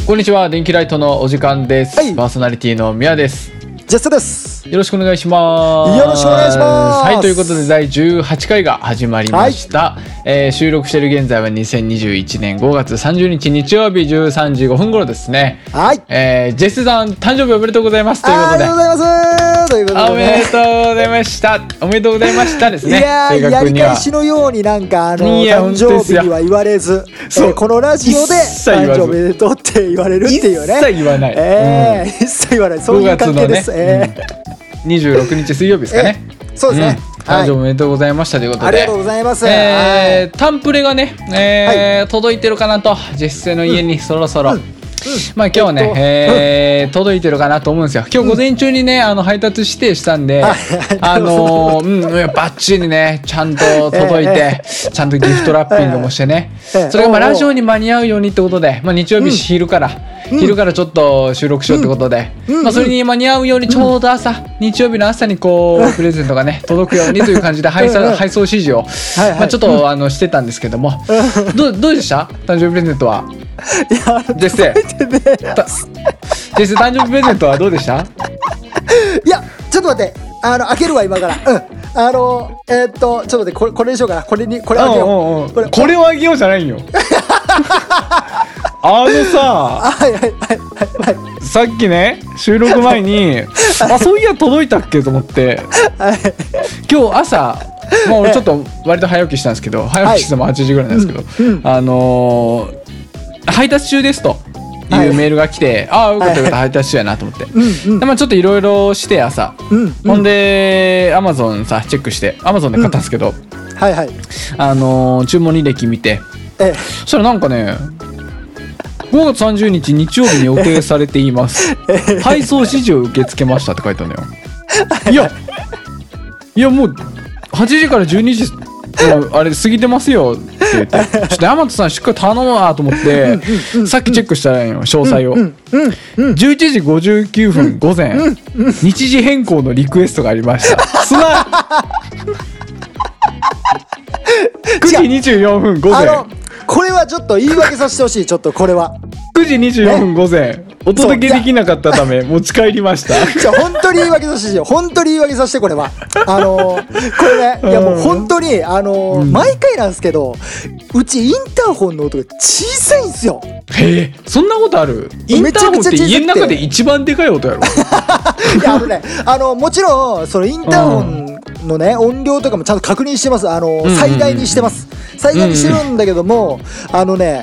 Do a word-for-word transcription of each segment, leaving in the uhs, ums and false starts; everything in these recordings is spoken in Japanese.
こんにちは、電気ライトのお時間です、 はい、 パーソナリティの宮です。 ジェスです。 よろしくお願いします。 よろしくお願いします。 はい、ということでだいじゅうはちかいが始まりました、はい。えー、収録している現在はにせんにじゅういちねんごがつさんじゅうにち日曜日じゅうさんじごふん頃ですね。 はい。 えー、ジェスさん誕生日おめでとうございますということで。 ありがとうございますということで、ね、 おめでとうございました。おめでとうございましたですね。 いやー、やり返しのようになんかあの誕生日には言われず、えー、このラジオで誕生日おめでとうって言われるっていうね。 一切言わない。 えーうん、一切言わない。そういう関係です。ね、えーにじゅうろくにち水曜日ですかね。 そうですね。 うん、誕生日おめでとうございましたということで。 ありがとうございます。 えー、タンプレがね、えーはい、届いてるかなと、実際の家にそろそろ。うんうん、まあ今日はね、えーえー、届いてるかなと思うんですよ。今日午前中にね、あの配達指定したんで、うん、あのー、うん、バッチリね、ちゃんと届いて、ちゃんとギフトラッピングもしてね、それがまあラジオに間に合うようにってことで、まあ日曜日昼から、うん、昼からちょっと収録しようってことで、うん、まあそれに間に合うようにちょうど朝、うん、日曜日の朝にこうプレゼントがね届くようにという感じで配送配送指示を、はいはい、まあちょっとあのしてたんですけども、どうどうでした？誕生日プレゼントは。 いや、 ジェス、ジェス誕生日プレゼントはどうでした？ いや、ちょっと待って、あの開けるわ今から。うん。あのえー、っとちょっと待って、これこれにしようかな。これにこれあげよう。 うんうんうん、これこれをあげようじゃないよ。あのさ、 はいはいはいはい、 さっきね収録前にあそういや届いたっけと思って、はい、今日朝もう俺ちょっと割と早起きしたんですけど、早起きしてもはちじぐらいなんですけど、はいうん、あのー、配達中ですというメールが来て、はい、ああよかったよかった、はいはい、配達中やなと思って、うんうん、でまあちょっといろいろして朝、うんうん、ほんで Amazon さチェックして Amazon で買ったんですけど、うん、 はいはい、 あのー、注文履歴見て、ええ、そしたらなんかねごがつさんじゅうにち日曜日に予定されています配送指示を受け付けましたって書いてあるのよ。いやいやもうはちじからじゅうにじあれ過ぎてますよって言って、ちょっと大和さんしっかり頼むわと思ってさっきチェックしたらよ詳細を。じゅういちじごじゅうきゅうふん午前日時変更のリクエストがありました。すなくじにじゅうよんふん午前。 これはちょっと言い訳させてほしい。ちょっとこれはくじにじゅうよんふん午前お届けできなかったため持ち帰りました。 じゃあ本当に言い訳させてよ。本当に言い訳させて。これはあのー、これね、いやもう本当にあのーうん、毎回なんですけど、うちインターホンの音が小さいんですよ。 へえ、そんなことある？インターホンって家の中で一番でかい音やろ。 いやあのね、あのもちろんそのインターホンのね音量とかもちゃんと確認してます。あのー、最大にしてます。最大にしてるんだけども、あのね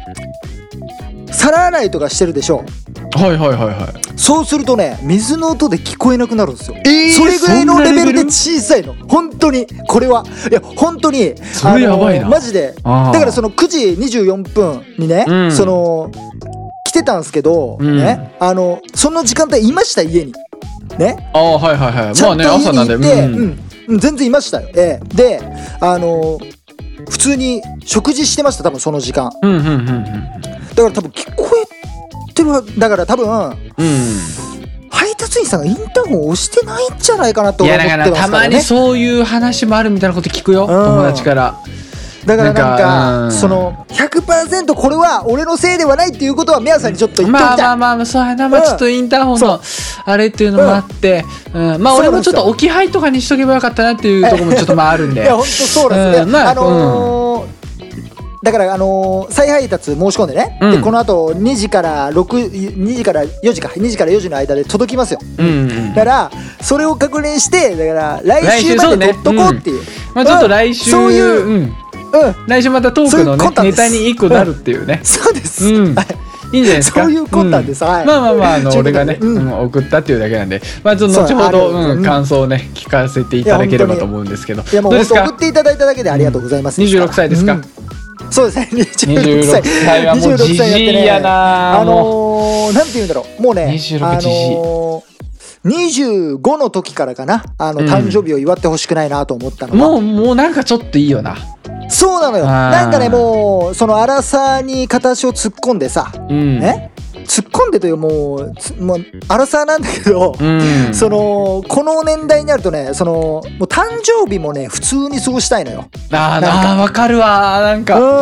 皿洗いとかしてるでしょ。 はいはいはいはい。 そうするとね水の音で聞こえなくなるんですよ。えー、それぐらいのレベルで小さいの。本当にこれはいや本当にそれやばいな、 マジで。だからそのくじにじゅうよんぷんにね、うん、その来てたんですけど、うん、ねあのその時間帯いました家にね。 ああはいはいはい。 ちゃんと家にいて、まあね、うんうん、全然いましたよ。えー、であの普通に食事してました。多分その時間。うんうんうんうん。だから多分聞こえてる。だから多分、うん、配達員さんがインターホンを押してないんじゃないかなと思ってますからね。いやだからたまにそういう話もあるみたいなこと聞くよ、うん、友達から。 だからなんか、うん、その ひゃくパーセント これは俺のせいではないっていうことは皆さんにちょっと言っておきたい。 まあまあまあそうやな、まあ、ちょっとインターホンのあれっていうのもあって、うんうん、まあ俺もちょっと置き配とかにしとけばよかったなっていうところもちょっとまああるんで。 いや本当そうなんですね、うん、まあ、あのーうんだからあのー、再配達申し込んでね、うん、でこの後にじからろく、にじからよじかにじからよじの間で届きますよ、うんうん、だからそれを確認してだから来週まで取っとこうっていう、 ねうんまあ、ちょっと来週、 そういう、 うんうん、来週またトークの、ね、ネタにいっこなるっていうね、 うん、そうです、 うんいいんじゃないですか。 そういうことなんです、うんはい、 まあまあまあ、あの俺がね、うん、送ったっていうだけなんで、まあちょっと後ほど、うん、感想をね聞かせていただければと思うんですけど、 いやもう本当送っていただいただけでありがとうございます。 にじゅうろくさいですか、うんそうですね、にじゅうろくさい。にじゅうろくさいはもうじじいやな。あのー、なんて言うんだろう、もうね、 にじゅうろくじじい。 あのー、にじゅうごの時からかな、あの、うん、誕生日を祝ってほしくないなと思ったのは。 もう、もうなんかちょっといいよな。 そうなのよ。なんかね、もう、その荒さに形を突っ込んでさ、うん、ね突っ込んでというもうもうアラサーなんだけど、うん、そのこの年代になるとねそのもう誕生日もね普通に過ごしたいのよ。 ああ分かるわなんか、うん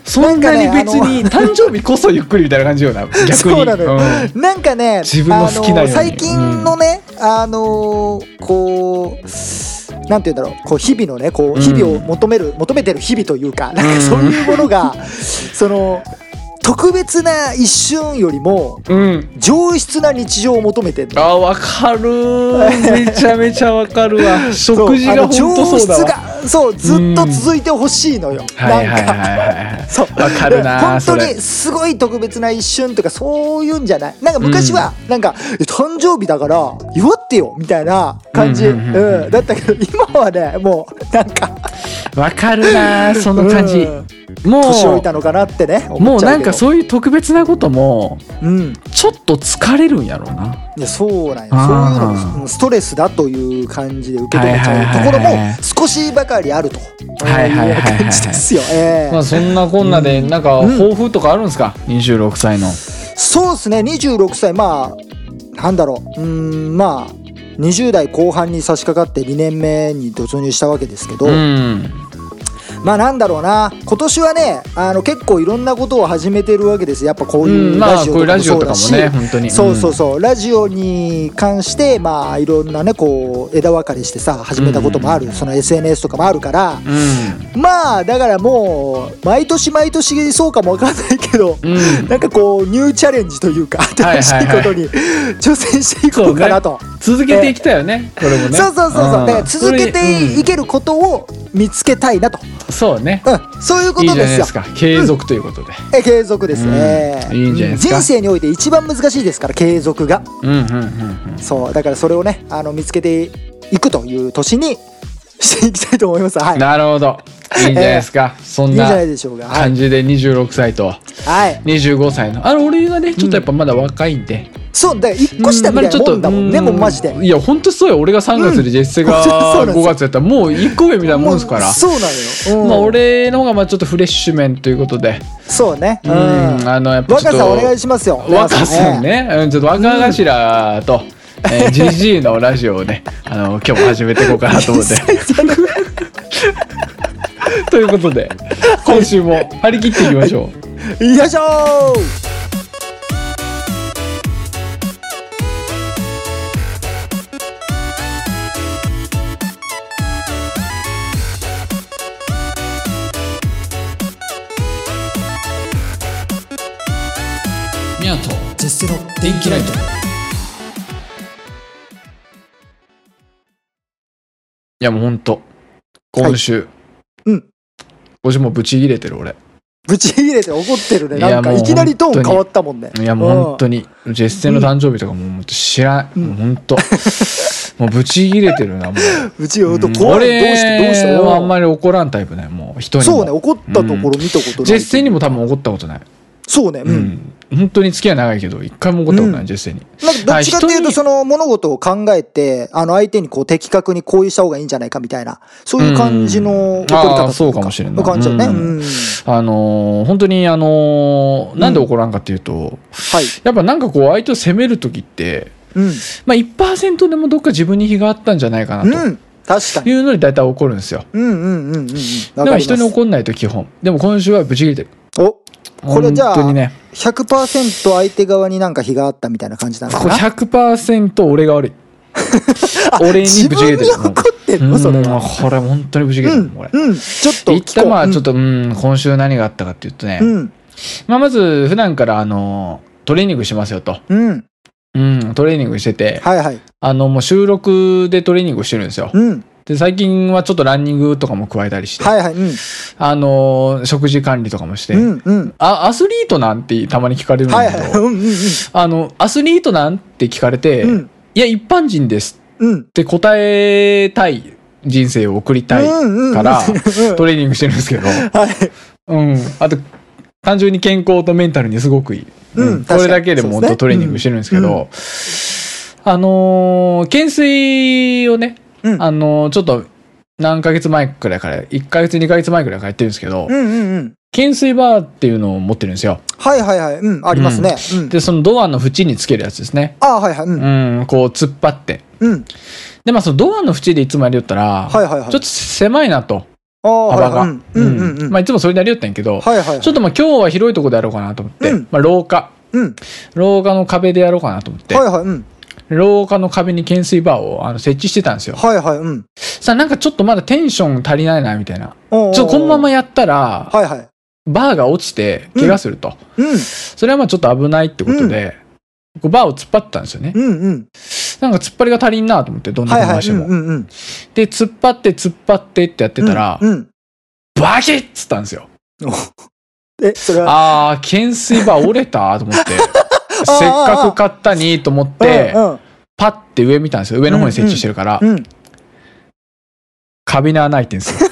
そんなに別に誕生日こそゆっくりみたいな感じよな逆に。 そうなのよ、うん、なんかね自分の好きなように、 あの最近のね、うん、あのー、こうなんて言うんだろう、こう日々のねこう日々を求める、うん、求めてる日々というか、なんかそういうものが、うん、その特別な一瞬よりも、うん、上質な日常を求めてるの。 あ、わかるめちゃめちゃわかるわ食事が本当そうだわ。 上質がそうずっと続いてほしいのよ、うん、なんかそうわかるな。 本当にすごい特別な一瞬とかそういうんじゃない。なんか昔はなんか、うん、誕生日だから祝ってよみたいな感じ、うんうんうん、だったけど今はねもうなんかわかるなその感じ、うんもう年老いたのかなってね思っちゃうけど、 もうなんかそういう特別なことも、うん、ちょっと疲れるんやろうな。 いやそうなんよ。そういうのもストレスだという感じで受け止めちゃうところも少しばかりあるという感じですよ。 まあそんなこんなでなんか抱負とかあるんですか、うん、にじゅうろくさいの。 そうですねにじゅうろくさいまあなんだろううーんまあにじゅう代後半に差し掛かってにねんめに突入したわけですけど、うんまあなんだろうな今年はねあの結構いろんなことを始めてるわけです。やっぱこういうラジオとかもそうだし、 うんまあ、こういうラジオとかもね本当に、うん、 そうそうそうラジオに関してまあいろんなねこう枝分かれしてさ始めたこともある、うん、その エスエヌエス とかもあるから、うん、まあだからもう毎年毎年そうかもわかんないけど、うん、なんかこうニューチャレンジというか新しいことに挑戦していこうかなと、 ね、続けていきたいよね、えー、これもね。 そうそうそうそうだから続けていけることを見つけたいなと。 そうね、 うん、そういうことですよ。いいじゃないですか継続ということで、 うん、え継続ですね、 うん、いいんじゃないですか。 人生において一番難しいですから継続が、 うんうんうんうん、 そうだからそれをねあの見つけていくという年にしていきたいと思います、はい、 なるほどいいんじゃないですか、えー、そんな感じでにじゅうろくさいとにじゅうごさいのあの俺がねちょっとやっぱまだ若いんで、うんそうだよいっこ下みたいなもんだもんね、うん、もうマジで。 いやほんとそうよ。俺がさんがつでジェッセがごがつやったらもういっこ上みたいなもんですから。 そうなのよ、うん、 まあ俺の方がまあちょっとフレッシュメンということでそうね、 うん、あのやっぱちょっと若さんお願いしますよ。 若さんね、うん、ちょっと若頭と、うんえー、ジジイのラジオをねあの今日も始めていこうかなと思ってということで今週も張り切っていきましょう。 よいしょー。 ミヤとジェステの電気ライト。いやもうほんと今週、はい、うん今週もブチ切れてる俺。 ブチ切れて怒ってるね。なんかいきなりトーン変わったもんね。 いやもう本当にジェステの誕生日とかもう知らん、うん、もう本当もうブチ切れてるなもう。 ブチよと怖い。どうしてどうして俺あんまり怒らんタイプねもう人にも。 そうね怒ったところ見たことない、うん、 ジェステにも多分怒ったことない。 そうねうん、 うん本当に付き合い長いけど一回も怒ったことない、うん、ジェステに。 なんかどっちかっていうとその物事を考えてあの相手にこう的確にこういうした方がいいんじゃないかみたいなそういう感じの怒り方というか、 うん、そうかもしれない感じだね、 うんうん、あのー、本当にあのー、なんで怒らんかっていうと、うんはい、やっぱなんかこう相手を責める時って、うんまあ、いちパーセント でもどっか自分に非があったんじゃないかなと、うん確かにいうのに大体怒るんですよ。 うんうんうんうん。 でも人に怒んないと基本。でも今週はブチ切れてる。 おこれじゃあ、ね、ひゃくパーセント 相手側になんか非があったみたいな感じなのかな。 ひゃくパーセント 俺が悪い。俺にブチ切れてる。 自分に怒ってんのそれは。 これ本当にブチ切れてる、これ、 うんうん、ちょっと一旦まあちょっと、うん、今週何があったかっていうとね、うん、まあまず普段からあのトレーニングしますよと。うんうん、トレーニングしてて、はいはい、あのもう収録でトレーニングしてるんですよ。うんで最近はちょっとランニングとかも加えたりして、はいはいうん、あのー、食事管理とかもして、うんうん、あアスリートなんてたまに聞かれるんだけど、はいはいうんうん、あのアスリートなんて聞かれて、うん、いや一般人ですって答えたい人生を送りたいからトレーニングしてるんですけど、はいうん、あと単純に健康とメンタルにすごくいい、うんうん、これだけでも本当トレーニングしてるんですけど、うんうん、あのー、懸垂をねうん、あのちょっと何ヶ月前くらいからいっかげつにかげつまえくらいからやってるんですけど、うんうんうん、懸垂バーっていうのを持ってるんですよ。 はいはいはい、うん、ありますね、 うん、でそのドアの縁につけるやつですね。 あはいはい、うん、 うん、こう突っ張って、うん、でまあそのドアの縁でいつもやりよったら、はいはいはい、ちょっと狭いなと、 幅が。まあいつもそれでやりよったんやけど、はいはいはい、ちょっとまあ今日は広いところでやろうかなと思って、うん、まあ廊下、うん、廊下の壁でやろうかなと思って、はいはいうん、廊下の壁に懸垂バーをあの設置してたんですよ。はいはいうん。さあなんかちょっとまだテンション足りないなみたいな。ちょっとこのままやったら、はいはい、バーが落ちて怪我すると、うんうん、それはまあちょっと危ないってことで、うん、バーを突っ張ってたんですよね。うんうん、なんか突っ張りが足りんなと思ってどんな話しても、はいはいうんうんうん、で突っ張って突っ張ってってやってたら、うんうん、バキッつったんですよ。えそれはああ懸垂バー折れたと思ってせっかく買ったにと思ってパッて上見たんですよ。上の方に設置してるから、うんうん、壁に穴開いてんですよ。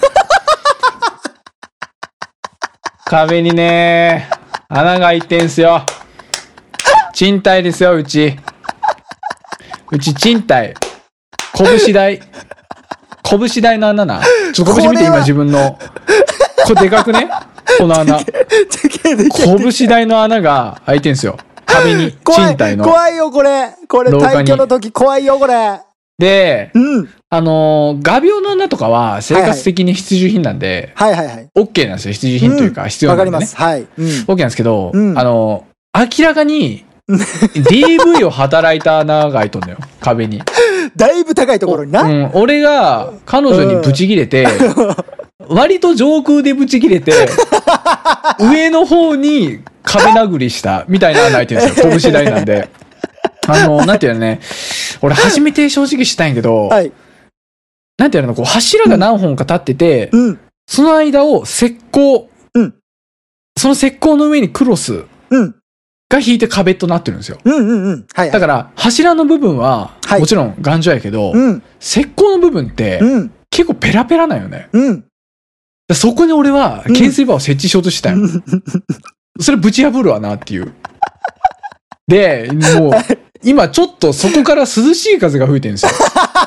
壁にね穴が開いてんすよ。賃貸ですようち。うち賃貸。拳台。拳台の穴な。ちょっと拳見て今自分の。これでかくねこの穴。拳台の穴が開いてんすよ。壁に。賃貸の。 怖いよこれ。これ退去の時怖いよこれ。 で、うん、あのー、画鋲の穴とかは生活的に必需品なんで、はいはいはい。OK なんですよ。必需品というか必要なんでね。わ、うん、かります。はい。うん、OK なんですけど、うん、あのー、明らかに、ディーブイ を働いた穴が開いとんだよ。壁に。 だいぶ高いところにな。 うん。俺が彼女にブチ切れて、うん、割と上空でブチ切れて、上の方に壁殴りしたみたいな穴開いてるんですよ。拳台なんで。あの、なんていうのね、俺初めて正直したんやけど、はい、なんていうの、こう柱が何本か立ってて、うん、その間を石膏、うん、その石膏の上にクロスが引いて壁となってるんですよ。だから柱の部分は、はい、もちろん頑丈やけど、うん、石膏の部分って、うん、結構ペラペラなんよね。うん、そこに俺は懸垂バーを設置しようとしたんよ。うん、それぶち破るわなっていう。で、もう、今ちょっとそこから涼しい風が吹いてるんですよ。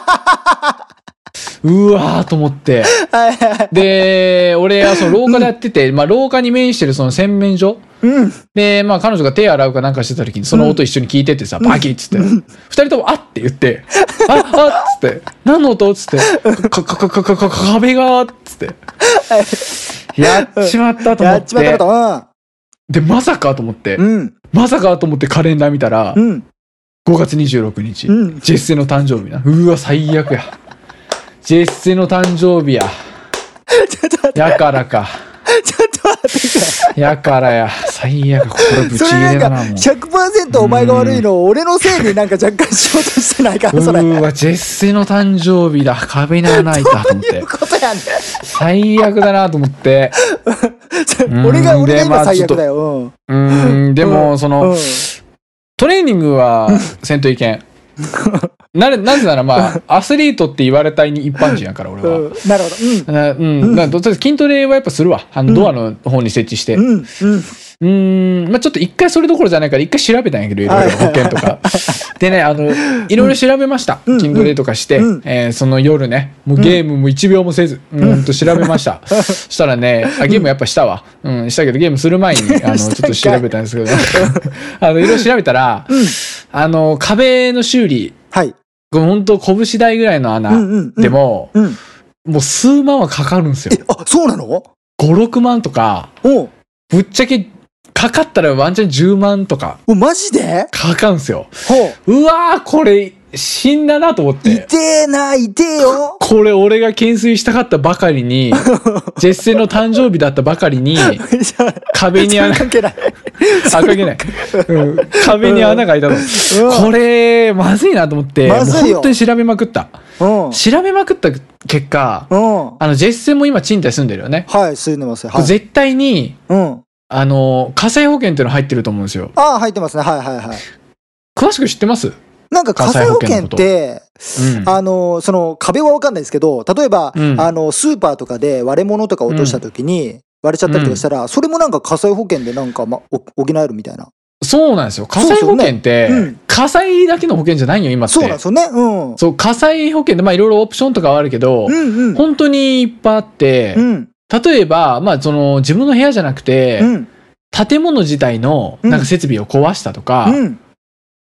うわーと思って。で、俺はその廊下でやってて、うん、まあ廊下に面してるその洗面所。うん、で、まあ彼女が手洗うかなんかしてた時にその音一緒に聞いててさ、うん、バキッつって。二、うん、人ともあって言って、あ、あっつって、何の音っつって、か、か、か、か、か、か、壁がっつって。やっちまったと思って。やっちまったと。で、まさかと思って、うん、まさかと思ってカレンダー見たら、うんごがつにじゅうろくにち、うん、ジェッセの誕生日な。うわ、最悪や。ジェッセの誕生日や。ちょっと待って。やからか。ちょっと待って。やからや。最悪。これぶち切れだな、もう。 ひゃくパーセント お前が悪いのを俺のせいになんか若干しようとしてないか、それ。 うわ、ジェッセの誕生日だ。壁に穴開いたと思って。 どういうことやねん。 最悪だなと思って。 俺が、俺が今最悪だよ。 うん、でも、その、トレーニングはせんといけん。なれ、なぜならまあ、アスリートって言われたい一般人やから、俺は。うん、 なるほど。 うん。うん。だから筋トレはやっぱするわ。あの、ドアの方に設置して。うん。うん。うーん、まあちょっと一回それどころじゃないから一回調べたんやけど、いろいろ保険とか。でね、あの、いろいろ調べました。筋トレとかして、えー、その夜ね、もうゲームも一秒もせず、うんと調べました。そしたらね、あ、ゲームやっぱしたわ。うん、したけどゲームする前に、あの、ちょっと調べたんですけど、あの、いろいろ調べたら、あの、壁の修理、はい。本当拳台ぐらいの穴でも、もう数万はかかるんですよ。 え、あ、そうなの ? ご、ろくまんとか、ぶっちゃけ、かかったらワンチャンじゅうまんとか。 お、マジでかかるんすよ。う。うわー、これ、死んだなと思って。 痛えな、痛えよ。 これ俺が懸垂したかったばかりに、ジェッセの誕生日だったばかりに、壁に穴、 関係ない。 あ、関係ない。うん、壁に穴が開いたの。うん、これ、まずいなと思って、もう本当に調べまくった。うん、調べまくった結果、うん、あの、ジェッセも今賃貸住んでるよね。 はい、住んでますよ。はい、 絶対に、うんあの、火災保険っていうの入ってると思うんですよ。 ああ、入ってますね。はいはいはい。 詳しく知ってます？ なんか火災保険って、うん、あの、その壁はわかんないですけど、例えば、うん、あの、スーパーとかで割れ物とか落とした時に割れちゃったりとかしたら、うん、それもなんか火災保険でなんか、ま、補えるみたいな。 そうなんですよ。火災保険って、ねうん、火災だけの保険じゃないよ、今って。 そうなんですよね。うん。 そう、火災保険で、まあいろいろオプションとかはあるけど、うんうん、本当にいっぱいあって、うん例えば、まあ、その、自分の部屋じゃなくて、うん、建物自体の、なんか設備を壊したとか、うん、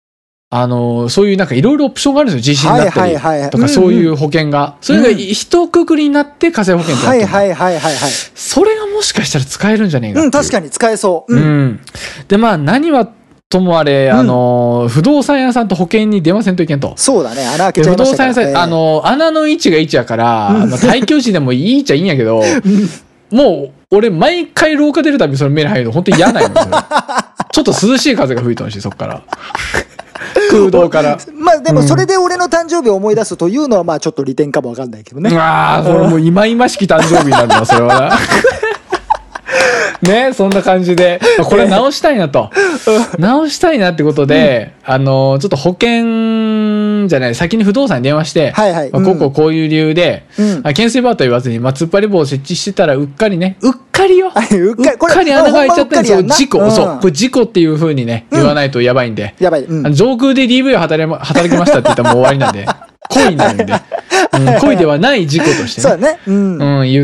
あのそういうなんかいろいろオプションがあるんですよ。地震だったりとかそういう保険が、それが一括りになって火災保険ってなってる、 はいはいはいはいはい、 それがもしかしたら使えるんじゃねえかっていう、 うん、確かに使えそう、 うんうん、でまあ何はともあれ、あの、うん、不動産屋さんと保険に出ませんといけんと。 そうだね、穴開けちゃいましたから。 不動産屋さん、えー、あの穴の位置が位置やから、うん、まあ、退去時でもいいっちゃいいんやけど、もう俺毎回廊下出るたびその目に入るの本当に嫌なんよちょっと涼しい風が吹いてほしい、そっから空洞からまあでもそれで俺の誕生日を思い出すというのはまあちょっと利点かもわかんないけどね。 ああ、それもう忌々しき誕生日になるな、それはなね、そんな感じでこれ直したいなと直したいなってことで、うん、あのちょっと保険じゃない、先に不動産に電話して、はいはい、まあ、こうこうこういう理由で、うん、懸垂バーと言わずに、まあ、突っ張り棒を設置してたらうっかりね、うっかりよ、うっかり穴が開いちゃったんですよ。事故、うん、そうこれ事故っていう風にね言わないとやばいんで、うん、やばい、うん、あの上空で ディーブイ を働き、働きましたって言ったらもう終わりなんで故意になるんで、うん、故意ではない事故として ね, そうね、うんうん、言って、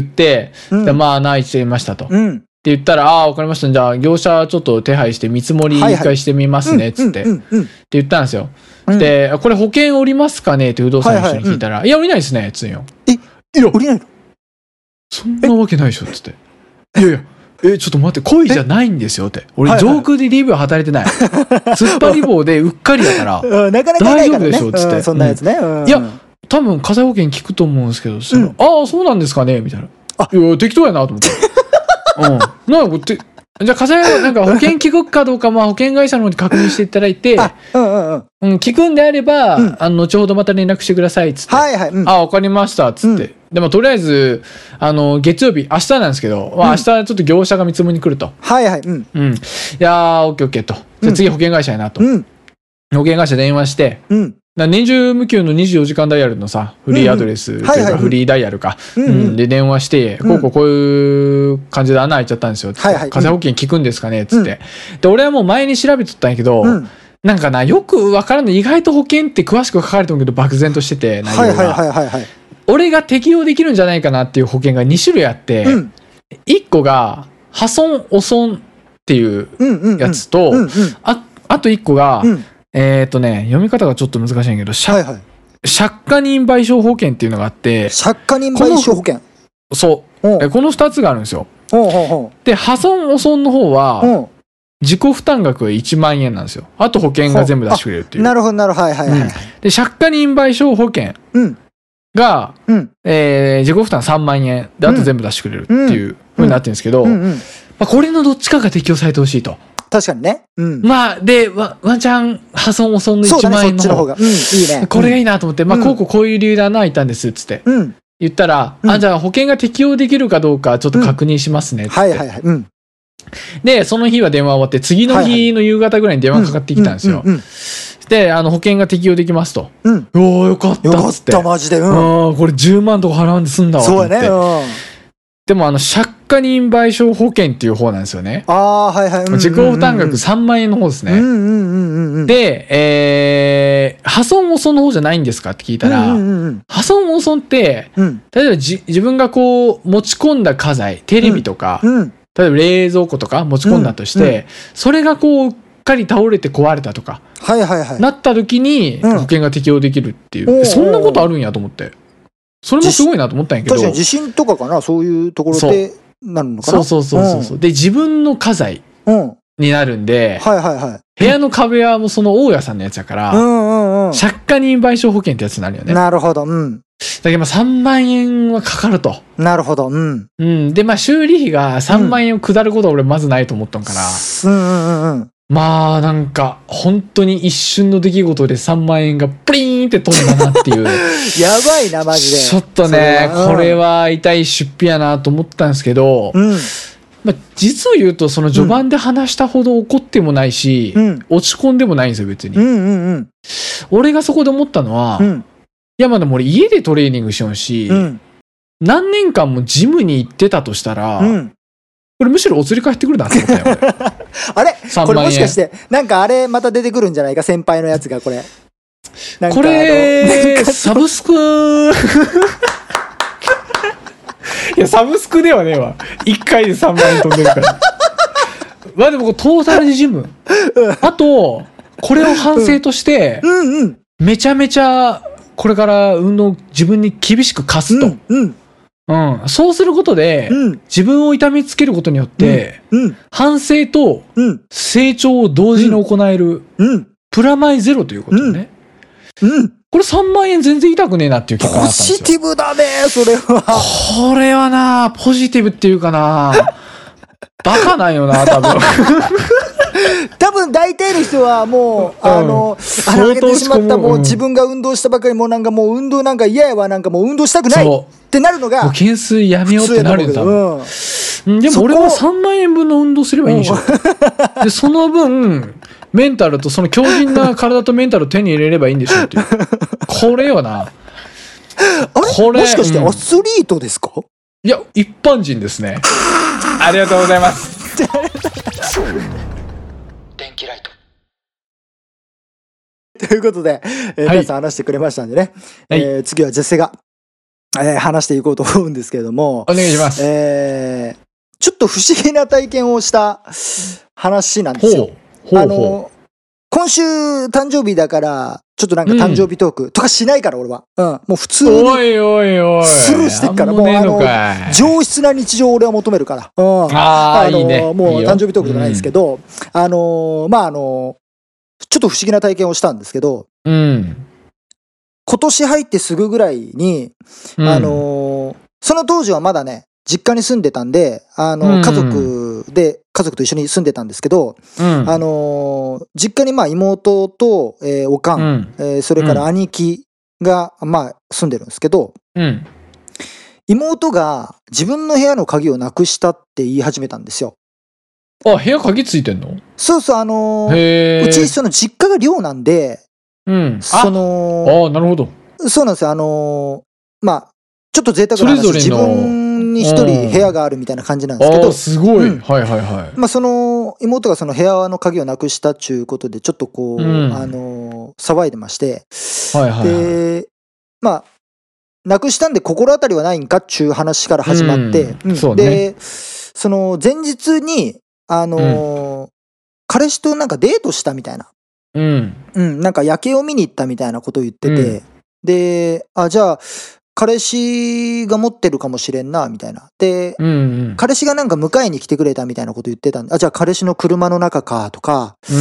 うん、まあ穴開いてましたと、うん、って言ったら、ああ、わかりました。じゃあ、業者ちょっと手配して見積もり一回してみますね、つって。って言ったんですよ。で、これ保険おりますかねって不動産の人に聞いたら、いや、おりないですね、つんよ。 え、いや、おりないの？ そんなわけないでしょ、つって。いやいや、え、ちょっと待って、故意じゃないんですよって。俺、上空で ディーブイ 働いてない。突っ張り棒でうっかりだから、大丈夫でしょ、つって。 そんなやつね。 いや、多分火災保険効くと思うんですけど、ああ、そうなんですかねみたいな。あ、いや、適当やなと思って。うん、なんかてじゃあ火災なんか保険効くかどうかまあ保険会社の方に確認していただいて、うんうんうんうん、効くんであれば、うん、あの後ほどまた連絡してくださいっつって、はいはい、うん、あ分かりましたっつって、うん、でもとりあえずあの月曜日明日なんですけど、うん、まあ、明日ちょっと業者が見積もりに来ると、はいはい、うんうん、いやーオッケーオッケーと、じゃあ次保険会社やなと、うん、保険会社電話して、うん、年中無休のにじゅうよじかんダイヤルのさフリーアドレスというかフリーダイヤルか、うんうん、で電話して、うん、こうこうこういう感じで穴開いちゃったんですよって、はいはい、火災保険効くんですかねっつって、うん、で俺はもう前に調べとったんやけど、うん、なんかなよく分からんの、意外と保険って詳しく書かれてるけど漠然としてて内容が俺が適用できるんじゃないかなっていう保険がに種類あって、うん、いっこが破損汚損っていうやつと、うんうんうん、あ, あといっこが、うんえっとね、読み方がちょっと難しいんやけど、はいはい、借家人賠償保険っていうのがあって、 借家人賠償保険そう。このふたつがあるんですよ。おうおうおうで、破損汚損の方は、自己負担額がいちまんえんなんですよ。あと保険が全部出してくれるっていう。 なるほど、なるほど。はいはいはい。うん、 で、借家人賠償保険が、うんえー、自己負担さんまんえんで、あと全部出してくれるっていう風になってるんですけど、これのどっちかが適用されてほしいと。 確かにね。うん、 まあ、で、ワンチャン、破損汚損のいちまんえんの方が、うん、いいね。これがいいなと思って、まあ、こうこうこういう理由で穴開いたんです、つって。うん、言ったら、うん、あ、じゃあ保険が適用できるかどうかちょっと確認しますね、つって。はいはいはい。うん、で、その日は電話終わって、次の日の夕方ぐらいに電話かかってきたんですよ。で、あの、保険が適用できますと。うん、おー、よかったっつって。よかった、 マジで。うん。 あこれじゅうまんとか払うんで済んだわ、と思って。そうやね。でもあの借家人賠償保険っていう方なんですよね。ああはいはい。自己負担額さんまんえんの方ですね。で、えー、破損汚損の方じゃないんですかって聞いたら、うんうんうん、破損汚損って、うん、例えばじ自分がこう持ち込んだ家財、テレビとか、うんうん、例えば冷蔵庫とか持ち込んだとして、うんうん、それがこううっかり倒れて壊れたとか、はいはいはい、なった時に保険が適用できるっていう、うん、そんなことあるんやと思って。それもすごいなと思ったんやけど、 確かに地震とかかな、そういうところでなるのかな。 そうそうそうそう、うん、で自分の家財になるんで、うん、はいはいはい、部屋の壁はもうその大家さんのやつやから、うんうんうん、借家人賠償保険ってやつになるよね。なるほど。うん。だけどまあさんまんえんはかかると。なるほど。うん。うん。でまあ修理費がさんまんえんを下ることは俺まずないと思ったんから。うんうんうん。まあなんか本当に一瞬の出来事でさんまんえんがプリーンって飛んだなっていうやばいなマジで。 ちょっとね、うん、これは痛い出費やなと思ったんですけど、うんまあ、実を言うとその序盤で話したほど怒ってもないし、うん、落ち込んでもないんですよ別に、うんうんうん、俺がそこで思ったのは、うん、いやまあでも俺家でトレーニングしようし、うん、何年間もジムに行ってたとしたら、うんこれむしろお釣り返ってくるなって思ったよあれこれもしかしてなんかあれまた出てくるんじゃないか先輩のやつがこれなんかこれサブスクいやサブスクではねえわいっかいでさんまんえん飛んでるからまあでもトータルジムあとこれを反省として、 うんうん、 めちゃめちゃこれから運動自分に厳しく課すと、うんうんうん、そうすることで、うん、自分を痛めつけることによって、うんうん、反省と成長を同時に行える、うん、プラマイゼロということね、うんうん、これさんまんえん全然痛くねえなっていう結果になったんですよ。 ポジティブだねそれは。 これはなポジティブっていうかなバカなんよな多分多分大体の人はもう、うん、あのあらげてしまったもう自分が運動したばかりもうなんかもう運動なんか嫌やわなんかもう運動したくないってなるのが懸垂やめようってなるよ多分、うん、でも俺はさんまんえんぶんの運動すればいいんでしょ、うん、でその分メンタルとその強靭な体とメンタルを手に入れればいいんでしょっていうこれよなあれこれもしかしてアスリートですか、うん、 いや一般人ですねありがとうございます電気ライトということで、えー、皆さん話してくれましたんでね、はいえー、次はジェセが、えー、話していこうと思うんですけれどもお願いします、 えー、ちょっと不思議な体験をした話なんですよ。ほうほうほうあの今週誕生日だからちょっとなんか誕生日トークとかしないから俺は、うん、もう普通においおいおいスルーしてっからもうあの上質な日常を俺は求めるから、うん、 ああのいいねもう誕生日トークとかないんですけど、うん、あのまああのちょっと不思議な体験をしたんですけど、うん、今年入ってすぐぐらいに、うん、あのその当時はまだね実家に住んでたんであの、うんうん、家族で家族と一緒に住んでたんですけど、うん、あのー、実家にまあ妹と、えー、おかん、うんえー、それから兄貴が、まあ、住んでるんですけど、うん、妹が自分の部屋の鍵をなくしたって言い始めたんですよ。 あ、部屋鍵ついてんの？ そうそう、あのー、うちその実家が寮なんで、うん、そのああ、なるほど。 そうなんですよ。あのー、まあちょっと贅沢な話、それぞれの自分に一人部屋があるみたいな感じなんですけど、 すごい、うん、はいはいはい。 まあその妹がその部屋の鍵をなくしたっちゅうことでちょっとこう、うん、あの騒いでまして、はいはいはい、でまあなくしたんで心当たりはないんかっちゅう話から始まって、うんうんそうね、でその前日にあの、うん、彼氏となんかデートしたみたいな、うんうん、なんか夜景を見に行ったみたいなことを言ってて、うん、であじゃあ彼氏が持ってるかもしれんなみたいなで、うんうん、彼氏がなんか迎えに来てくれたみたいなこと言ってたんであじゃあ彼氏の車の中かとか、うん、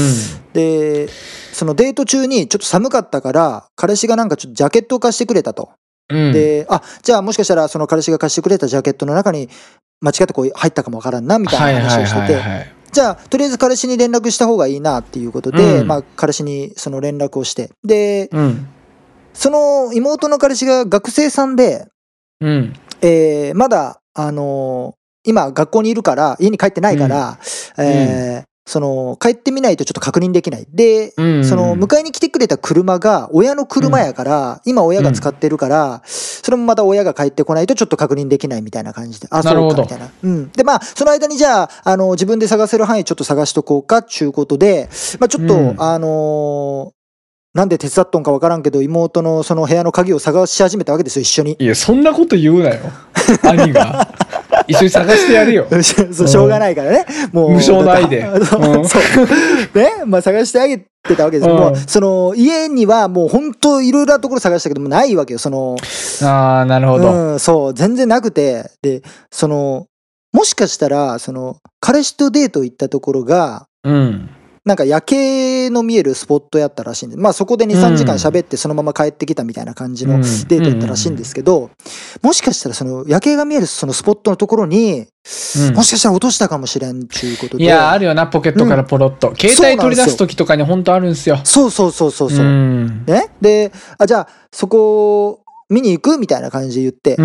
でそのデート中にちょっと寒かったから彼氏がなんかちょっとジャケットを貸してくれたと、うん、であじゃあもしかしたらその彼氏が貸してくれたジャケットの中に間違ってこう入ったかもわからんなみたいな話をしてて、はいはいはいはい、じゃあとりあえず彼氏に連絡した方がいいなっていうことで、うんまあ、彼氏にその連絡をしてで、うんその妹の彼氏が学生さんで、うんえー、まだ、あのー、今学校にいるから家に帰ってないから、うんえーうん、その帰ってみないとちょっと確認できないで、うんうん、その迎えに来てくれた車が親の車やから、うん、今親が使ってるから、うん、それもまた親が帰ってこないとちょっと確認できないみたいな感じであそうかみたいな、うん、でまあその間にじゃあ、あの自分で探せる範囲ちょっと探しとこうかっちゅうことで、まあ、ちょっと、うん、あのーなんで手伝っとんかわからんけど妹のその部屋の鍵を探し始めたわけですよ一緒に。 いやそんなこと言うなよ兄が一緒に探してやるよそうしょうがないからねもう無償の愛でそうねまあ探してあげてたわけですよ、うん、もうその家にはもう本当いろいろなところ探したけどもないわけよそのああなるほど、 うん、そう全然なくてでそのもしかしたらその彼氏とデート行ったところがうんなんか夜景の見えるスポットやったらしいんで、まあそこでにさんじかん喋ってそのまま帰ってきたみたいな感じのデートやったらしいんですけど、もしかしたらその夜景が見えるそのスポットのところに、もしかしたら落としたかもしれんちゅうことで。 いやあるよなポケットからポロッと、うん、携帯取り出す時とかに本当あるんですよ。 そうそうそうそうそう。ね、であじゃあそこ見に行くみたいな感じで言って、うん、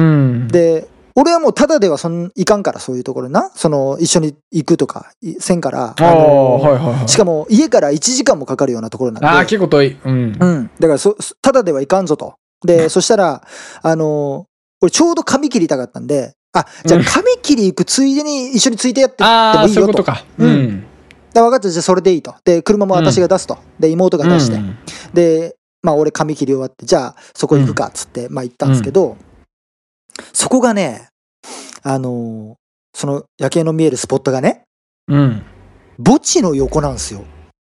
で俺はもうただではそんいかんからそういうところなその一緒に行くとかせんからあのーはいはいはい、しかも家からいちじかんもかかるようなところなんであ結構遠い、うんうん、 だからそただではいかんぞとでそしたらあのー、俺ちょうど髪切りたかったんであじゃあ髪切り行くついでに一緒についてやってってもいいよと、うん、そういうことか、うん、だ分かったじゃあそれでいいとで車も私が出すと、うん、で妹が出して、うん、でまあ俺髪切り終わってじゃあそこ行くかっつって、うん、まあ行ったんですけど、うんそこがね、あのー、その夜景の見えるスポットがね、うん、墓地の横なんですよ。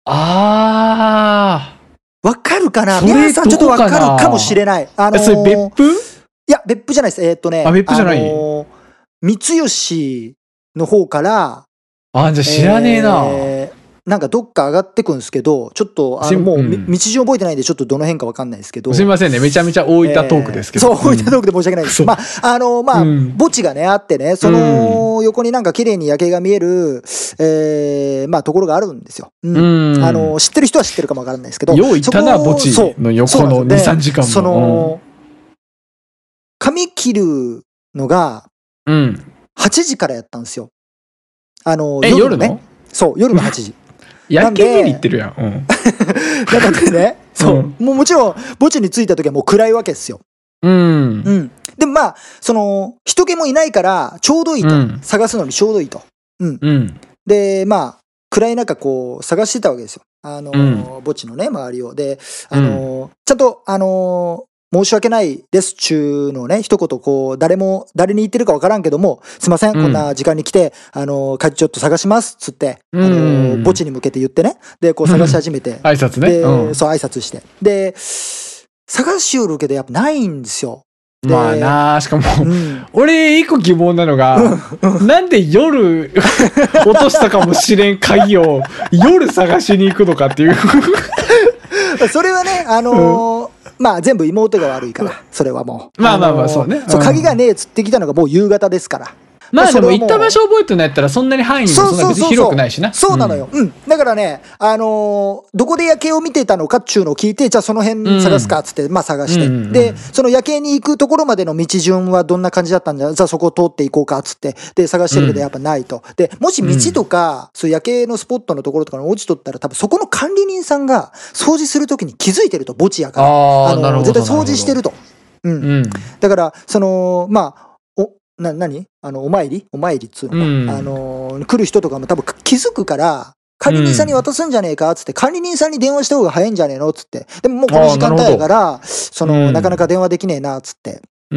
あー。わかるかな？ それ皆さんちょっとわかるかもしれない。あのー、 それ別府？ いや、別府じゃないです。えー、っとね。 あ、別府じゃない？あのー、三吉の方から、 あ、じゃあ知らねえな。 えーなんかどっか上がってくんですけど、ちょっと、あの、もう、うん、道順覚えてないんで、ちょっとどの辺かわかんないですけど。 すみませんね。めちゃめちゃ大分トークですけど。 えー、そう、大分トークで申し訳ないです。うん、まあ、あの、まあ、うん、墓地がね、あってね、その横になんか綺麗に夜景が見える、えー、まあ、ところがあるんですよ。うん。うん、あの、知ってる人は知ってるかもわからないですけど。 よう行ったな、墓地の横のに、さんじかんも。 その、髪切るのが、うん。はちじからやったんですよ。あの、 え、夜のね。 夜のそう、夜のはちじ。 夜景見に行ってるやん。うん。 だからね、そう、うん、もうもちろん墓地に着いた時はもう暗いわけですよ。 うん。 うん。でもまあその人気もいないからちょうどいいと、うん、探すのにちょうどいいと。うん。うん、でまあ暗い中こう探してたわけですよ。あの、うん、墓地のね周りをであの、うん、ちゃんとあの。申し訳ないです中のね、一言こう、誰も、誰に言ってるかわからんけども、すいません、うん、こんな時間に来て、あの、ちょっと探します、つって、うん、あの、墓地に向けて言ってね、で、こう探し始めて。うん、 挨拶ね。 で、 うん、 そう、挨拶して。で、探しよるけどやっぱないんですよ。 まあなあ、しかも、うん、俺一個疑問なのが、うん、なんで夜落としたかもしれん鍵を夜探しに行くのかっていう。 それはね、あのー、うんまあ全部妹が悪いから、それはもう。まあまあまあそうね。 そう、鍵がねえつってきたのがもう夕方ですから。 まあでも行った場所覚えてないったらそんなに範囲もそんな別に広くないしな。 そうなのよ。うん。だからね、あのどこで夜景を見てたのかっちゅうのを聞いて、じゃあその辺探すかっつって、まあ探して。で、その夜景に行くところまでの道順はどんな感じだったんじゃ、じゃあそこを通っていこうかっつって、で、探してるけどやっぱないと。で、もし道とか、そういう夜景のスポットのところとかに落ちとったら多分そこの管理人さんが掃除するときに気づいてると、墓地やから。あの、絶対掃除してると。うん。だから、その、まあ、な、何あの、お参りお参りっつうのか、うん、あの、来る人とかも多分気づくから、管理人さんに渡すんじゃねえかっつって、管理人さんに電話した方が早いんじゃねえのっつって。でももうこの時間帯やから、その、うん、なかなか電話できねえなっつって。うん、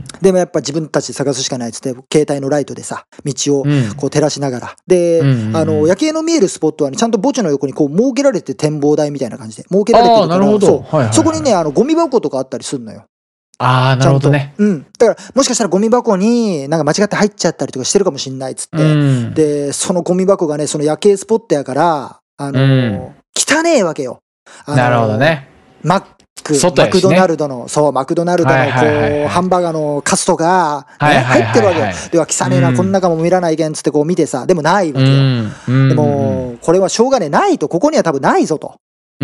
でもやっぱ自分たちで探すしかないっつって、携帯のライトでさ、道をこう照らしながら。で、うん、あの、夜景の見えるスポットはね、ちゃんと墓地の横にこう設けられて展望台みたいな感じで、設けられてるから、そう、はいはいはい、そこにね、あの、ゴミ箱とかあったりするのよ。 ああ、なるほどね。 うん。だから、もしかしたらゴミ箱になんか間違って入っちゃったりとかしてるかもしんないっつって。うん、で、そのゴミ箱がね、その夜景スポットやから、あのー、うん、汚ねえわけよ。あのー、 なるほどね。 マック、ね、マクドナルドの、そう、マクドナルドのこう、はいはいはいはい、ハンバーガーのカスとか、ね、はいはいはいはい、入ってるわけよ。では、汚ねえな、うん、こん中も見らないけんつってこう見てさ、でもないわけよ。うん、でも、これはしょうがねえ、ないと、ここには多分ないぞと。うん、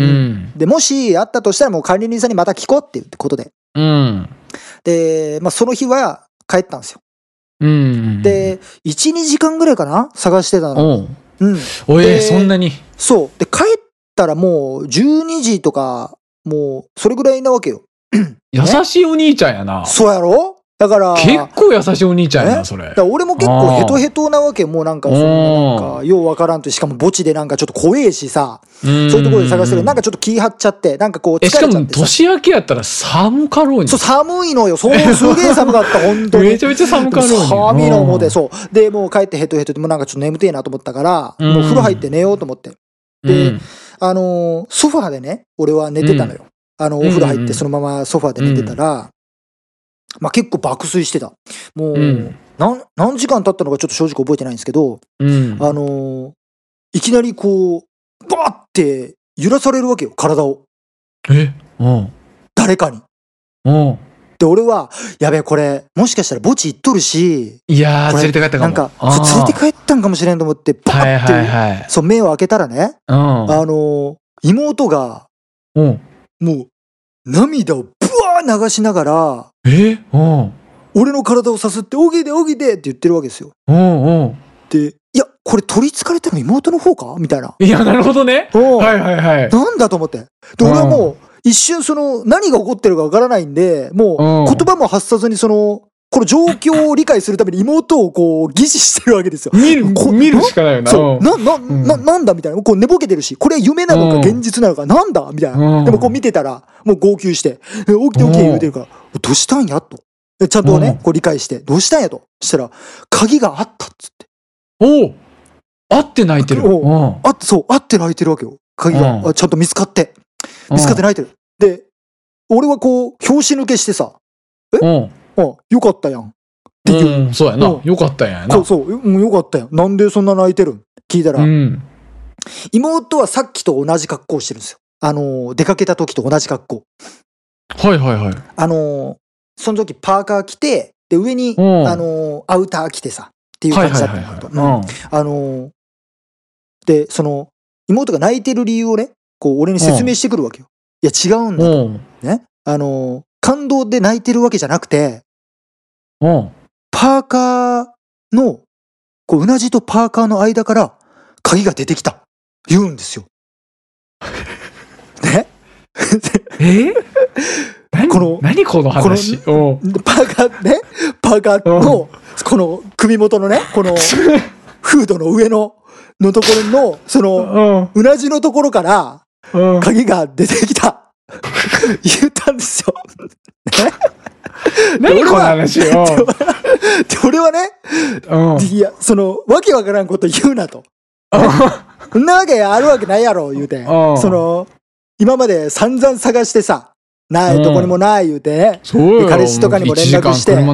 で、もしあったとしたらもう管理人さんにまた聞こうっていうことで。うん。で、まあ、その日は帰ったんですよ。うん。で、いち、にじかんぐらいかな探してたの。うん。 おえ、そんなに。 そう。で、帰ったらもうじゅうにじとか、もう、それぐらいなわけよ。 優しいお兄ちゃんやな。 そうやろだから。 結構優しいお兄ちゃんやな、それ。 だから俺も結構ヘトヘトなわけ。もうなんか、そのなんか、ようわからんと、しかも墓地でなんかちょっと怖えしさ、そういうところで探してる。なんかちょっと気張っちゃって、なんかこう疲れちゃってさ。 しかも年明けやったら寒かろうに。 そう、寒いのよ。そう、すげえ寒かった、本当に。 めちゃめちゃ寒かろうに。 寒いのもで、そう。で、もう帰ってヘトヘトで、もうなんかちょっと眠てえなと思ったから、もう風呂入って寝ようと思って。で、あの、ソファーでね、俺は寝てたのよ。あの、お風呂入ってそのままソファーで寝てたら、まあ結構爆睡してた。もう、うん、何、何時間経ったのかちょっと正直覚えてないんですけど、うん、あのー、いきなりこう、バーって揺らされるわけよ、体を。 えうん。 誰かに。うん。で、俺は、やべえ、これ、もしかしたら墓地行っとるし、 いやー、連れて帰ったかも。 なんか、そう、連れて帰ったんかもしれんと思って、バーって、はいはいはい、そう、目を開けたらね、うん、あのー、妹が、うん、もう、涙をブワー流しながら、 えうん。 俺の体をさすって、おぎでおぎでって言ってるわけですよ。 うんうん。 で、いや、これ取り憑かれたの妹の方かみたいな。 いや、なるほどね。はいはいはい。 なんだと思って。で、俺はもう、一瞬その、何が起こってるかわからないんで、もう、言葉も発さずにその、この状況を理解するために妹をこう、疑似してるわけですよ。 見る、見るしかないよな。 そう。な、な、な、なんだみたいな。こう寝ぼけてるし、これ夢なのか現実なのか、なんだみたいな。でもこう見てたら、もう号泣して、起きて起きて言うてるから、どうしたんやと。ちゃんとね、こう理解して、どうしたんやと。そしたら、鍵があったっつって。 おおあって泣いてる。 あって、そう、あって泣いてるわけよ。 鍵が、 うんちゃんと見つかって見つかって泣いてる。で俺はこう拍子抜けしてさ、え、 うん。 あよかったやんっていう、 うん、そうやな。 うんよかったんやな。 そうそう、うん、よかったやん、なんでそんな泣いてるん聞いたら、 うん。 妹はさっきと同じ格好してるんですよ。あのー出かけた時と同じ格好。 はいはいはい。 あのーその時パーカー着て、で上に、 うんあのーアウター着てさっていう感じだったんだけど、 はいはいはいはい。 あのーでその妹が泣いてる理由をね、こう俺に説明してくるわけよ。いや違うんだと、 うん。 ね、あのー感動で泣いてるわけじゃなくて、 うん。 パーカーのこううなじとパーカーの間から鍵が出てきた言うんですよ。ね。 え何この何この話。 このパーカーね、パーカーのこの首元のね、このフードの上ののところのそのうなじのところから鍵が出てきた言ったんですよ。ね。 何この話よ。 で俺はね、うん、いやそのわけわからんこと言うなと。そんなわけあるわけないやろ言うて、その今まで散々探してさ、ないどこにもない言うて、で彼氏とかにも連絡して、うん、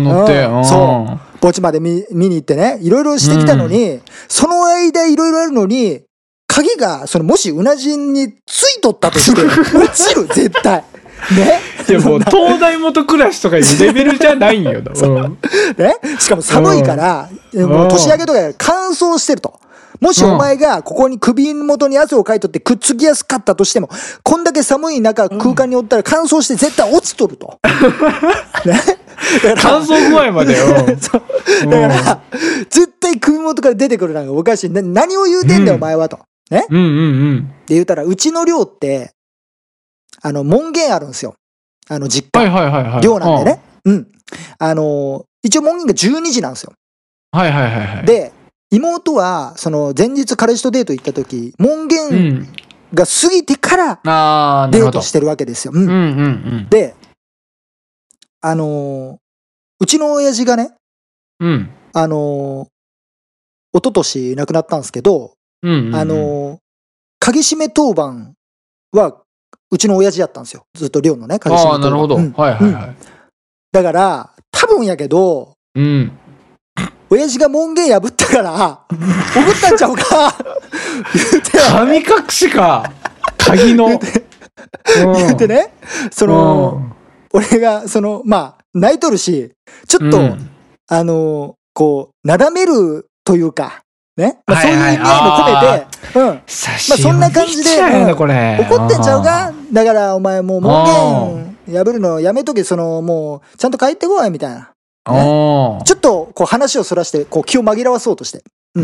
そう墓地まで 見, 見に行ってね、いろいろしてきたのに、うん、その間いろいろあるのに鍵がそのもしうなじについとったとして落ちる絶対。ね、 いやもう東大元暮らしとかいうレベルじゃないんよ、うん、 ね、しかも寒いから、うん、もう年明けとか乾燥してると。もしお前がここに首元に汗をかいとってくっつきやすかったとしても、こんだけ寒い中空間におったら乾燥して絶対落ちとると。ね、だから乾燥具合までよ。 そうだから絶対首元から出てくるなんかおかしい。何を言うてんだよ、うん、お前はと。ね、 うんうんうん。 で言うたらうちの寮ってあの門限あるんですよ。あの実家、 はいはいはいはい、 寮なんでね。うん。あの一応門限がじゅうにじなんですよ。 はいはいはいはい。 で妹はその前日彼氏とデート行った時門限が過ぎてからデートしてるわけですよ。うんうんうんうん、であのうちの親父がね、うん、あの一昨年亡くなったんですけど、うんうんうん、あの鍵閉め当番はうちの親父やったんですよ。ずっと寮のね鍵閉め当番。ああなるほど、うん、はいはいはい、うん、だから多分やけど、うん、親父が門限破ったからおぶったんちゃうか言うて神隠しか鍵の言うて、 言うてね、その俺がそのまあ泣いとるしちょっと、うん、あのこうなだめるというかね、まあ、そういう意味も込めて、うん、まあそんな感じで、うん、怒ってんちゃうか、だからお前もう門限破るのやめとけ、そのもうちゃんと帰ってこいみたいな。ね、ちょっとこう話をそらしてこう気を紛らわそうとして、うん、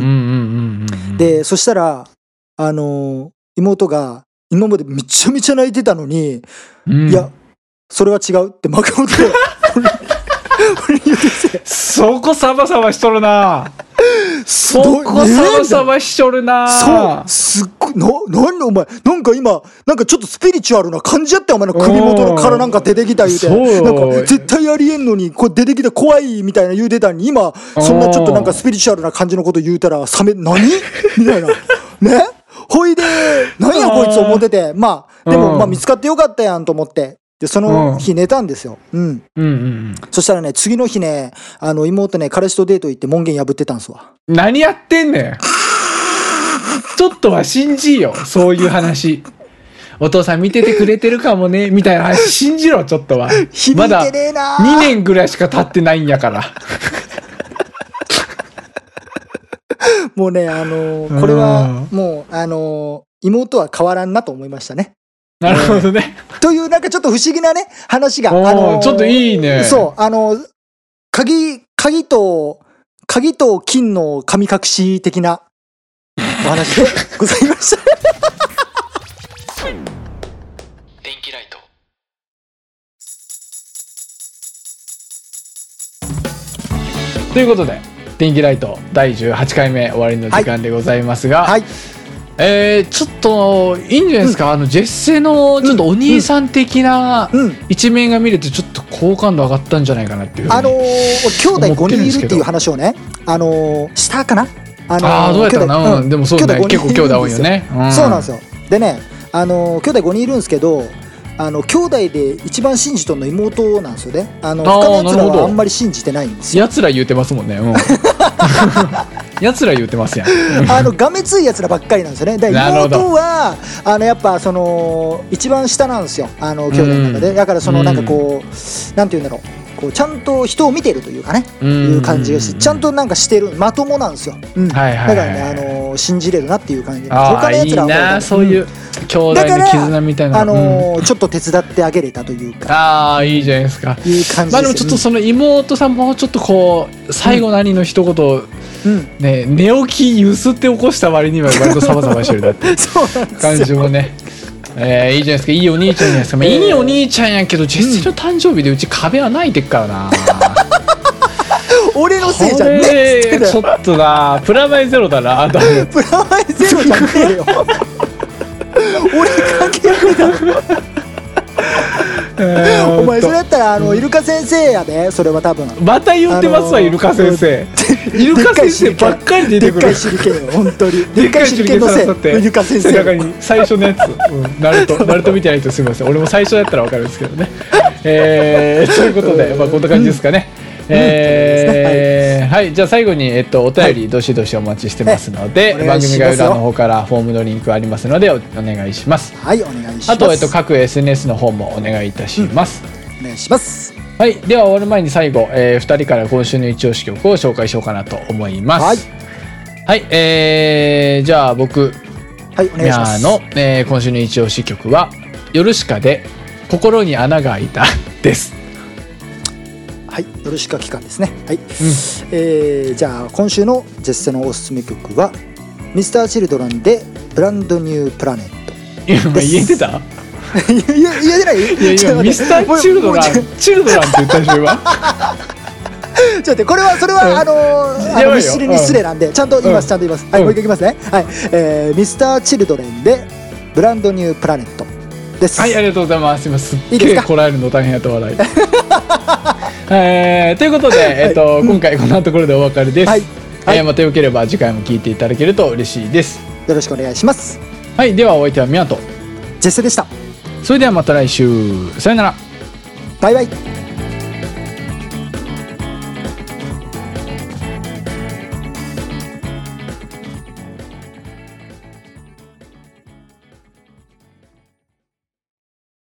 でそしたらあのー、妹が今までめちゃめちゃ泣いてたのに、うん、いやそれは違うって真顔で俺に言ってて、 そこサバサバしとるなそこサバサバしとるな、 そうすっごいな、なんでお前なんか今なんかちょっとスピリチュアルな感じやったよ、お前の首元からなんか出てきた言うて、なんか絶対ありえんのにこう出てきた怖いみたいな言うてたのに、今そんなちょっとなんかスピリチュアルな感じのこと言うたらサメ何みたいなね、ほいで何やこいつ思ってて、まあでもまあ見つかってよかったやんと思って、でその日寝たんですよ、うんうんうんうん、そしたらね次の日ね、あの妹ね彼氏とデート行って門限破ってたんすわ。 何やってんねんちょっとは信じよ、そういう話お父さん見ててくれてるかもねみたいな話信じろ、ちょっとはまだにねんぐらいしか経ってないんやからもうねあのー、これはもうあのー、妹は変わらんなと思いましたね。 なるほどね、 えー、というなんかちょっと不思議なね話が、 あのー、ちょっといいね。 そうあのー、鍵鍵と鍵と金の神隠し的なお話でございました電気ライトということで電気ライトだいじゅうはちかいめ終わりの時間でございますが、はいはい、えー、ちょっといいんじゃないですか、うん、あのジェッセのちょっとお兄さん的な一面が見れてちょっと好感度上がったんじゃないかなっていう、 あのー、兄弟ごにんいるっていう話をね、あのー、したかな、 あのー、あどうやったかな、うん、でもそうだね、結構兄弟多いよね、 うん、そうなんですよ。 でね、あの兄弟ごにんいるんですけど、あの兄弟で一番信じとんの妹なんですよね。あの他のやつらはあんまり信じてないんですよ。 やつら言うてますもんね、うん、やつら言うてますやんあのがめついやつらばっかりなんですよね。だから妹はあのやっぱその一番下なんですよ、あの兄弟の中で。だからそのなんかこうなんていうんだろう、こうちゃんと人を見てるというかね、いう感じがして、ちゃんとなんかしてる、まともなんですよ、うん、はいはいはい、だからね、あのー、信じれるなっていう感じで。他のやつらは、ね、いいな、 そういう兄弟の絆みたいな、 あのーうん、ちょっと手伝ってあげれたというか、 ああいいじゃないですか、 いう感じです。 まあでもちょっとその妹さんもちょっとこう最後の兄の一言、うんね、寝起きゆすって起こした割には割とサバサバしてるなって感じもねえー、いいじゃないですか、いいお兄ちゃんじゃないですか、まあ、いいお兄ちゃんやけど実際の誕生日でうち壁はないてっからな、 うん、俺のせいじゃねえちょっとなプラマイゼロだなプラマイゼロじゃねえよ俺関係ないだろえー、お前それやったらあのイルカ先生やで、それは多分また言ってますわ、イルカ先生イルカ先生ばっかり出てくる。 でっかい手裏剣よ本当に、でっかい手裏剣のせいイルカ先生背中に最初のやつ、うん、ナルトナルト見てない人すみません、俺も最初だったら分かるんですけどねえー、ということで、まあ、こんな感じですかね、うんえーうん、はい、じゃあ最後に、えっと、お便りどしどしお待ちしてますので、はい、番組概要欄の方からフォームのリンクありますので お, お願いします。 はい、お願いします。 あと、えっと、各 エスエヌエス の方もお願いいたします、 うん、お願いします。 はい、では終わる前に最後、えー、ふたりから今週の一押し曲を紹介しようかなと思います。はい、はい、えー、じゃあ僕、 はい、お願いします。 の、えー、今週の一押し曲はヨルシカで心に穴が開いたですはい、ヨルシカ期間ですね。はい、うん、えー、じゃあ今週のジェッセのおすすめ曲はミスターチルドランでブランドニュープラネットです。 言えてたいや言えてない。 いや今ミスターチルドランチルドランって言ったでしょ今ちょっと待って、これはそれは、うん、あのー、あのミスチルに失礼なんで、うん、ちゃんと言います、うん、ちゃんと言います、はい、うん、もう一回言いますね。はい、えー、ミスターチルドレンでブランドニュープラネットです。 はい、ありがとうございます。今すっげえこらえるの大変やと笑いえー、ということで、えーとはい、今回こんなところでお別れです。はいはい、えー、またよければ次回も聞いていただけると嬉しいです。 よろしくお願いします。 はい、ではお相手はミヤとジェスでした。 それではまた来週、さよなら、 バイバイ。